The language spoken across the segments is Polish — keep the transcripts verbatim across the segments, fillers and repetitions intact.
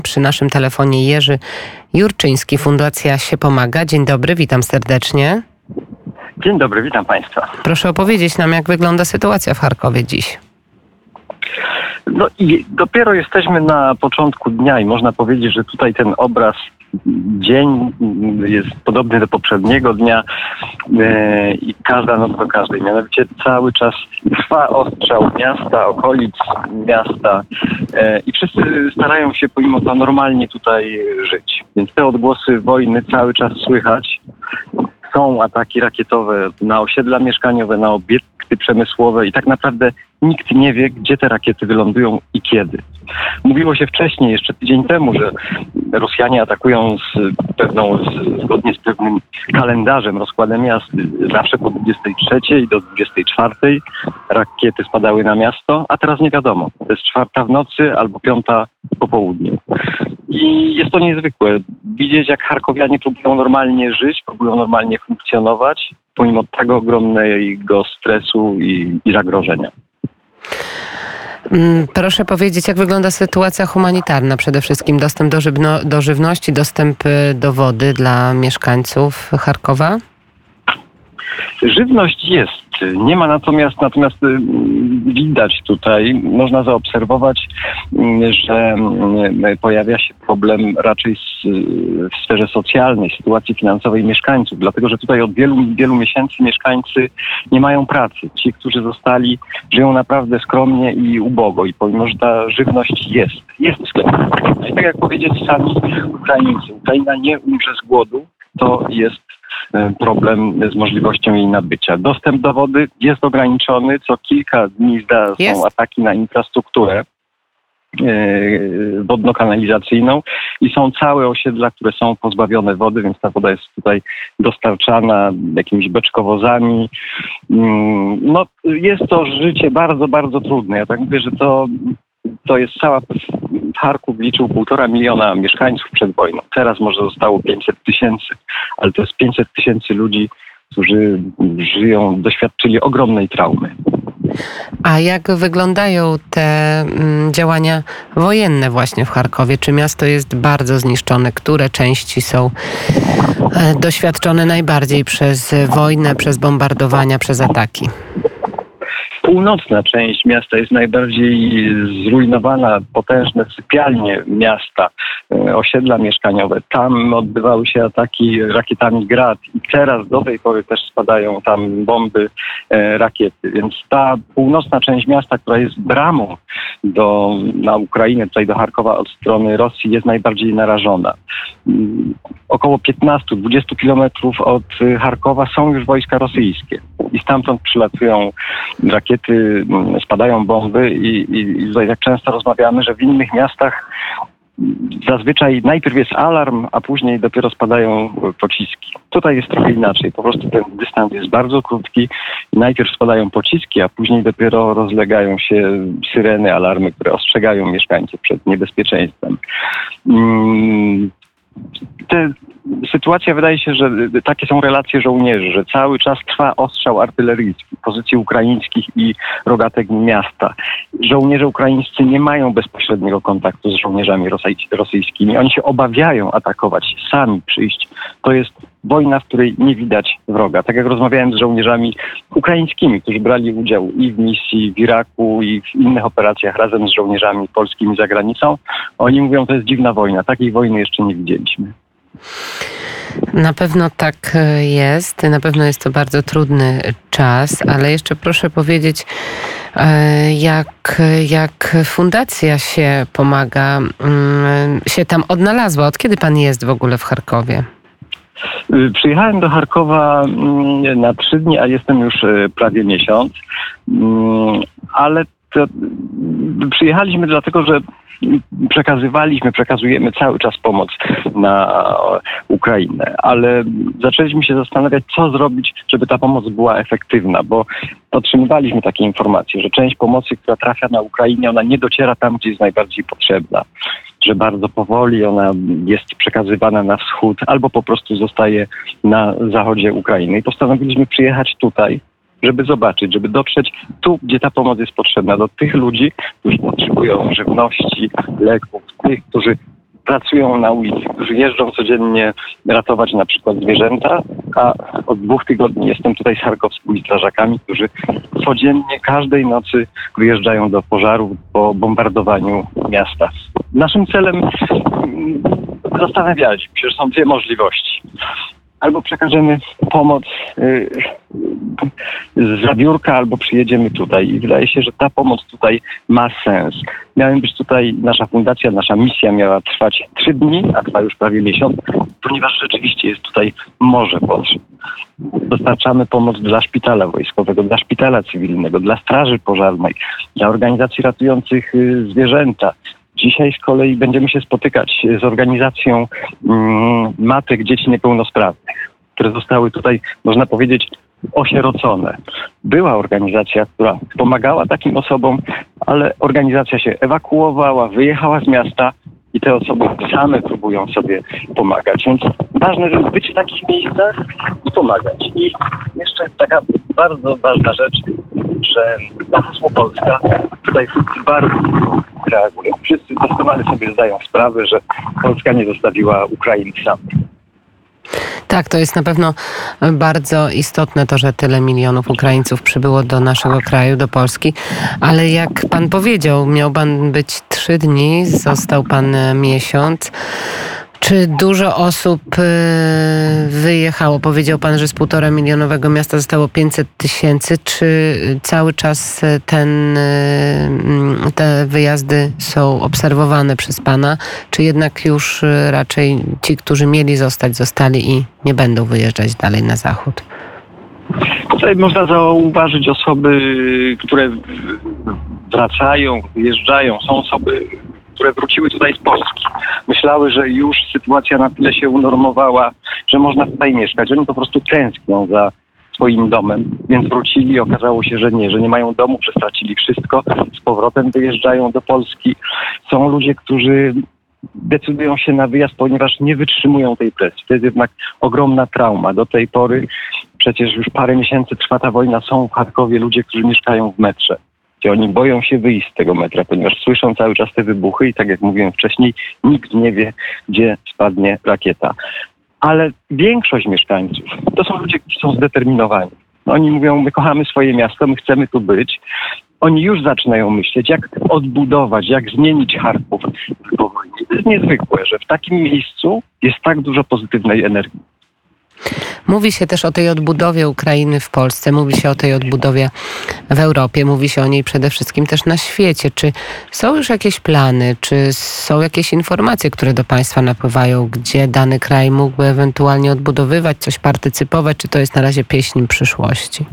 Przy naszym telefonie Jerzy Jurczyński, Fundacja Się Pomaga. Dzień dobry, witam serdecznie. Dzień dobry, witam Państwa. Proszę opowiedzieć nam, jak wygląda sytuacja w Charkowie dziś. No i dopiero jesteśmy na początku dnia i można powiedzieć, że tutaj ten obraz, dzień jest podobny do poprzedniego dnia e, i każda noc do każdej. Mianowicie cały czas trwa ostrzał miasta, okolic miasta e, i wszyscy starają się pomimo to normalnie tutaj żyć. Więc te odgłosy wojny cały czas słychać. Są ataki rakietowe na osiedla mieszkaniowe, na obiekty przemysłowe i tak naprawdę nikt nie wie, gdzie te rakiety wylądują i kiedy. Mówiło się wcześniej, jeszcze tydzień temu, że Rosjanie atakują z pewną, z, zgodnie z pewnym kalendarzem, rozkładem miast. Zawsze po dwudziestej trzeciej do dwudziestej czwartej rakiety spadały na miasto, a teraz nie wiadomo. To jest czwarta w nocy albo piąta po południu. I jest to niezwykłe. Widzieć, jak charkowianie próbują normalnie żyć, próbują normalnie funkcjonować, pomimo tego ogromnego stresu i, i zagrożenia. Proszę powiedzieć, jak wygląda sytuacja humanitarna? Przede wszystkim dostęp do, żywno- do żywności, dostęp do wody dla mieszkańców Charkowa? Żywność jest. Nie ma natomiast, natomiast widać tutaj, można zaobserwować, że pojawia się problem raczej w sferze socjalnej, sytuacji finansowej mieszkańców, dlatego że tutaj od wielu, wielu miesięcy mieszkańcy nie mają pracy. Ci, którzy zostali, żyją naprawdę skromnie i ubogo i pomimo, że ta żywność jest, jest w sklepach. I tak jak powiedzieli sami Ukraińcy, Ukraina nie umrze z głodu, to jest problem z możliwością jej nabycia. Dostęp do wody jest ograniczony. Co kilka dni zda, są ataki na infrastrukturę wodno-kanalizacyjną i są całe osiedla, które są pozbawione wody, więc ta woda jest tutaj dostarczana jakimiś beczkowozami. No, jest to życie bardzo, bardzo trudne. Ja tak mówię, że to To jest cała... Charków liczył półtora miliona mieszkańców przed wojną. Teraz może zostało pięćset tysięcy, ale to jest pięćset tysięcy ludzi, którzy żyją, doświadczyli ogromnej traumy. A jak wyglądają te mm, działania wojenne właśnie w Charkowie? Czy miasto jest bardzo zniszczone? Które części są e, doświadczone najbardziej przez wojnę, przez bombardowania, przez ataki? Północna część miasta jest najbardziej zrujnowana, potężne sypialnie miasta, osiedla mieszkaniowe. Tam odbywały się ataki rakietami Grad i teraz do tej pory też spadają tam bomby, rakiety. Więc ta północna część miasta, która jest bramą do, na Ukrainę, tutaj do Charkowa od strony Rosji, jest najbardziej narażona. Około piętnaście do dwudziestu kilometrów od Charkowa są już wojska rosyjskie i stamtąd przylatują rakiety, spadają bomby i, i tutaj tak często rozmawiamy, że w innych miastach zazwyczaj najpierw jest alarm, a później dopiero spadają pociski. Tutaj jest trochę inaczej. Po prostu ten dystans jest bardzo krótki. Najpierw spadają pociski, a później dopiero rozlegają się syreny, alarmy, które ostrzegają mieszkańców przed niebezpieczeństwem. Hmm. Te, sytuacja wydaje się, że takie są relacje żołnierzy, że cały czas trwa ostrzał artyleryjski pozycji ukraińskich i rogatek miasta. Żołnierze ukraińscy nie mają bezpośredniego kontaktu z żołnierzami rosyjskimi. Oni się obawiają atakować, sami przyjść. To jest wojna, w której nie widać wroga. Tak jak rozmawiałem z żołnierzami ukraińskimi, którzy brali udział i w misji w Iraku, i w innych operacjach razem z żołnierzami polskimi za granicą, oni mówią, to jest dziwna wojna. Takiej wojny jeszcze nie widzieliśmy. Na pewno tak jest. Na pewno jest to bardzo trudny czas, ale jeszcze proszę powiedzieć, jak, jak fundacja Się Pomaga się tam odnalazła. Od kiedy pan jest w ogóle w Charkowie? Przyjechałem do Charkowa na trzy dni, a jestem już prawie miesiąc, ale to przyjechaliśmy dlatego, że przekazywaliśmy, przekazujemy cały czas pomoc na Ukrainę, ale zaczęliśmy się zastanawiać, co zrobić, żeby ta pomoc była efektywna, bo otrzymywaliśmy takie informacje, że część pomocy, która trafia na Ukrainę, ona nie dociera tam, gdzie jest najbardziej potrzebna, że bardzo powoli ona jest przekazywana na wschód albo po prostu zostaje na zachodzie Ukrainy. I postanowiliśmy przyjechać tutaj, żeby zobaczyć, żeby dotrzeć tu, gdzie ta pomoc jest potrzebna, do tych ludzi, którzy potrzebują żywności, leków, tych, którzy pracują na ulicy, którzy jeżdżą codziennie ratować na przykład zwierzęta, a od dwóch tygodni jestem tutaj z charkowskimi strażakami, którzy codziennie, każdej nocy wyjeżdżają do pożarów po bombardowaniu miasta. Naszym celem, zastanawialiśmy się, że są dwie możliwości. Albo przekażemy pomoc y, z biurka, albo przyjedziemy tutaj. I wydaje się, że ta pomoc tutaj ma sens. Miałem być tutaj, nasza fundacja, nasza misja miała trwać trzy dni, a trwa już prawie miesiąc, ponieważ rzeczywiście jest tutaj morze potrzeb. Dostarczamy pomoc dla szpitala wojskowego, dla szpitala cywilnego, dla straży pożarnej, dla organizacji ratujących y, zwierzęta. Dzisiaj z kolei będziemy się spotykać z organizacją um, matek dzieci niepełnosprawnych, które zostały tutaj, można powiedzieć, osierocone. Była organizacja, która pomagała takim osobom, ale organizacja się ewakuowała, wyjechała z miasta i te osoby same próbują sobie pomagać. Więc ważne, żeby być w takich miejscach i pomagać. I jeszcze taka bardzo ważna rzecz, że na hasło Polska tutaj wszyscy bardzo reagują. Wszyscy doskonale sobie zdają sprawę, że Polska nie zostawiła Ukrainy samej. Tak, to jest na pewno bardzo istotne to, że tyle milionów Ukraińców przybyło do naszego kraju, do Polski. Ale jak pan powiedział, miał pan być trzy dni, został pan miesiąc. Czy dużo osób wyjechało? Powiedział pan, że z półtora milionowego miasta zostało pięćset tysięcy. Czy cały czas ten, te wyjazdy są obserwowane przez pana? Czy jednak już raczej ci, którzy mieli zostać, zostali i nie będą wyjeżdżać dalej na zachód? Tutaj można zauważyć osoby, które wracają, wyjeżdżają. Są osoby, które wróciły tutaj z Polski. Myślały, że już sytuacja na tyle się unormowała, że można tutaj mieszkać. Oni po prostu tęsknią za swoim domem, więc wrócili. Okazało się, że nie, że nie mają domu, że stracili wszystko. Z powrotem wyjeżdżają do Polski. Są ludzie, którzy decydują się na wyjazd, ponieważ nie wytrzymują tej presji. To jest jednak ogromna trauma. Do tej pory przecież już parę miesięcy trwa ta wojna. Są w Charkowie ludzie, którzy mieszkają w metrze, gdzie oni boją się wyjść z tego metra, ponieważ słyszą cały czas te wybuchy i tak jak mówiłem wcześniej, nikt nie wie, gdzie spadnie rakieta. Ale większość mieszkańców to są ludzie, którzy są zdeterminowani. Oni mówią, my kochamy swoje miasto, my chcemy tu być. Oni już zaczynają myśleć, jak odbudować, jak zmienić Charków po wojnie. To jest niezwykłe, że w takim miejscu jest tak dużo pozytywnej energii. Mówi się też o tej odbudowie Ukrainy w Polsce, mówi się o tej odbudowie w Europie, mówi się o niej przede wszystkim też na świecie. Czy są już jakieś plany, czy są jakieś informacje, które do państwa napływają, gdzie dany kraj mógłby ewentualnie odbudowywać, coś partycypować, czy to jest na razie pieśń przyszłości?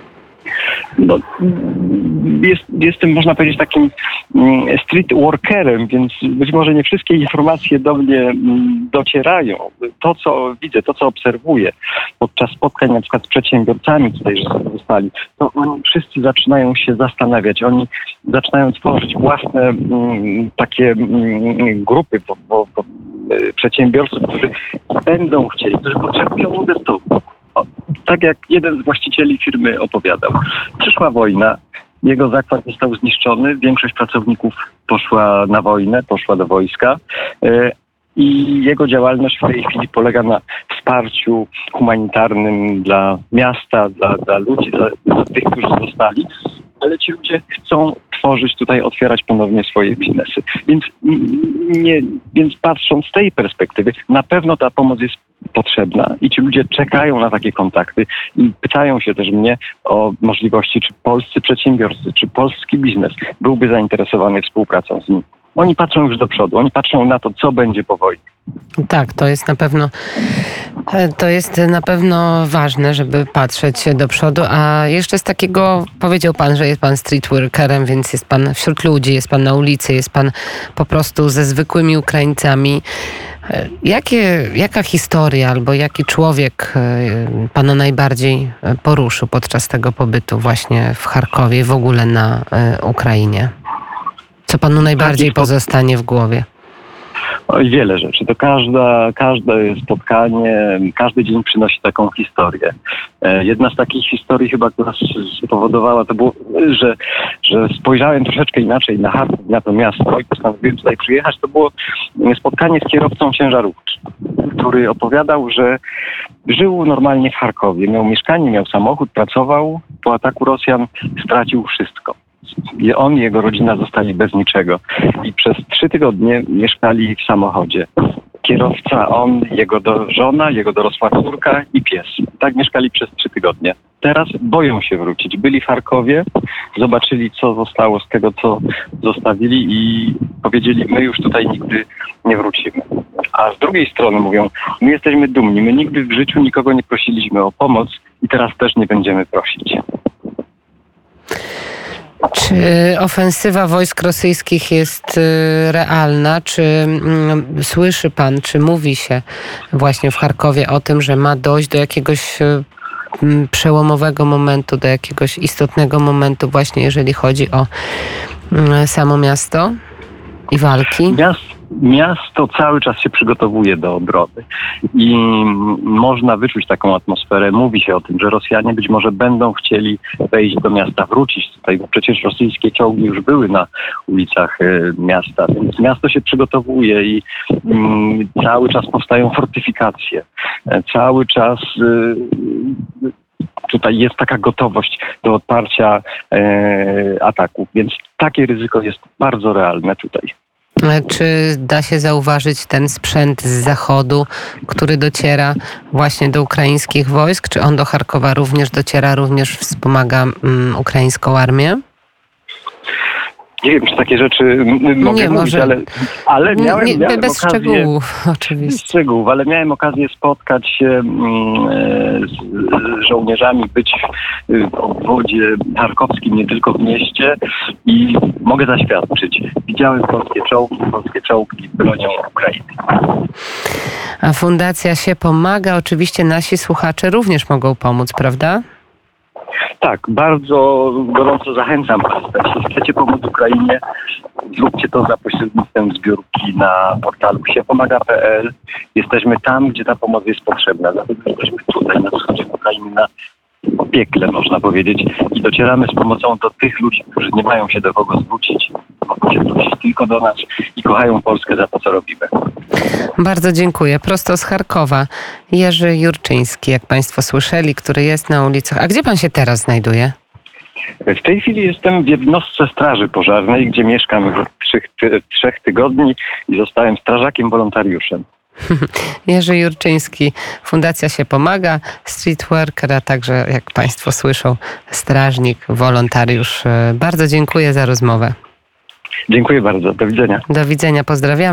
No, jest, jestem, można powiedzieć, takim street workerem, więc być może nie wszystkie informacje do mnie docierają. To, co widzę, to, co obserwuję podczas spotkań na przykład z przedsiębiorcami tutaj, że zostali, to oni wszyscy zaczynają się zastanawiać. Oni zaczynają tworzyć własne m, takie m, grupy bo, bo, bo, przedsiębiorców, którzy będą chcieli, którzy potrzebują inwestorów. Tak jak jeden z właścicieli firmy opowiadał. Przyszła wojna, jego zakład został zniszczony, większość pracowników poszła na wojnę, poszła do wojska i jego działalność w tej chwili polega na wsparciu humanitarnym dla miasta, dla, dla ludzi, dla, dla tych, którzy zostali, ale ci ludzie chcą tworzyć tutaj, otwierać ponownie swoje biznesy. Więc, nie, więc patrząc z tej perspektywy, na pewno ta pomoc jest potrzebna i ci ludzie czekają na takie kontakty i pytają się też mnie o możliwości, czy polscy przedsiębiorcy, czy polski biznes byłby zainteresowany współpracą z nimi. Oni patrzą już do przodu, oni patrzą na to, co będzie po wojnie. Tak, to jest na pewno to jest na pewno ważne, żeby patrzeć do przodu, a jeszcze z takiego, powiedział pan, że jest pan street workerem, więc jest pan wśród ludzi, jest pan na ulicy, jest pan po prostu ze zwykłymi Ukraińcami. Jakie, jaka historia albo jaki człowiek pana najbardziej poruszył podczas tego pobytu właśnie w Charkowie i w ogóle na Ukrainie? Co panu najbardziej pozostanie w głowie? Oj, wiele rzeczy. To każda, każde spotkanie, każdy dzień przynosi taką historię. Jedna z takich historii chyba, która spowodowała to było, że, że spojrzałem troszeczkę inaczej na Charków, na to miasto i postanowiłem tutaj przyjechać. To było spotkanie z kierowcą ciężarówki, który opowiadał, że żył normalnie w Charkowie. Miał mieszkanie, miał samochód, pracował. Po ataku Rosjan stracił wszystko. I on i jego rodzina zostali bez niczego. I przez trzy tygodnie mieszkali w samochodzie. Kierowca, on, jego do, żona, jego dorosła córka i pies. Tak mieszkali przez trzy tygodnie. Teraz boją się wrócić. Byli w Charkowie, zobaczyli, co zostało z tego, co zostawili i powiedzieli, my już tutaj nigdy nie wrócimy. A z drugiej strony mówią, my jesteśmy dumni, my nigdy w życiu nikogo nie prosiliśmy o pomoc i teraz też nie będziemy prosić. Czy ofensywa wojsk rosyjskich jest realna? Czy mm, słyszy pan, czy mówi się właśnie w Charkowie o tym, że ma dojść do jakiegoś mm, przełomowego momentu, do jakiegoś istotnego momentu właśnie jeżeli chodzi o mm, samo miasto i walki? Miast, miasto cały czas się przygotowuje do obrony i można wyczuć taką atmosferę. Mówi się o tym, że Rosjanie być może będą chcieli wejść do miasta, wrócić tutaj, bo przecież rosyjskie czołgi już były na ulicach y, miasta, więc miasto się przygotowuje i y, cały czas powstają fortyfikacje. E, cały czas y, tutaj jest taka gotowość do odparcia e, ataków, więc takie ryzyko jest bardzo realne tutaj. Czy da się zauważyć ten sprzęt z zachodu, który dociera właśnie do ukraińskich wojsk? Czy on do Charkowa również dociera, również wspomaga um, ukraińską armię? Nie wiem, czy takie rzeczy m- mogę nie, mówić, może... ale, ale miałem, nie, miałem bez okazję... szczegółów, oczywiście. Szczegółów, ale miałem okazję spotkać się mm, z żołnierzami, być w obwodzie charkowskim, nie tylko w mieście i mogę zaświadczyć. Widziałem polskie czołgi, polskie czołgi bronią Ukrainy. A fundacja się pomaga. Oczywiście nasi słuchacze również mogą pomóc, prawda? Tak, bardzo gorąco zachęcam Was. Jeśli chcecie pomóc Ukrainie, zróbcie to za pośrednictwem zbiórki na portalu siepomaga kropka pe el. Jesteśmy tam, gdzie ta pomoc jest potrzebna. Dlatego jesteśmy tutaj na wschodzie Ukrainy, na piekle, można powiedzieć. I docieramy z pomocą do tych ludzi, którzy nie mają się do kogo zwrócić. Mogą się zwrócić tylko do nas i kochają Polskę za to, co robimy. Bardzo dziękuję. Prosto z Charkowa Jerzy Jurczyński, jak Państwo słyszeli, który jest na ulicach. A gdzie Pan się teraz znajduje? W tej chwili jestem w jednostce Straży Pożarnej, gdzie mieszkam już od trzech, trzech tygodni i zostałem strażakiem wolontariuszem. Jerzy Jurczyński, Fundacja się pomaga, street worker, a także, jak Państwo słyszą, strażnik, wolontariusz. Bardzo dziękuję za rozmowę. Dziękuję bardzo. Do widzenia. Do widzenia. Pozdrawiam.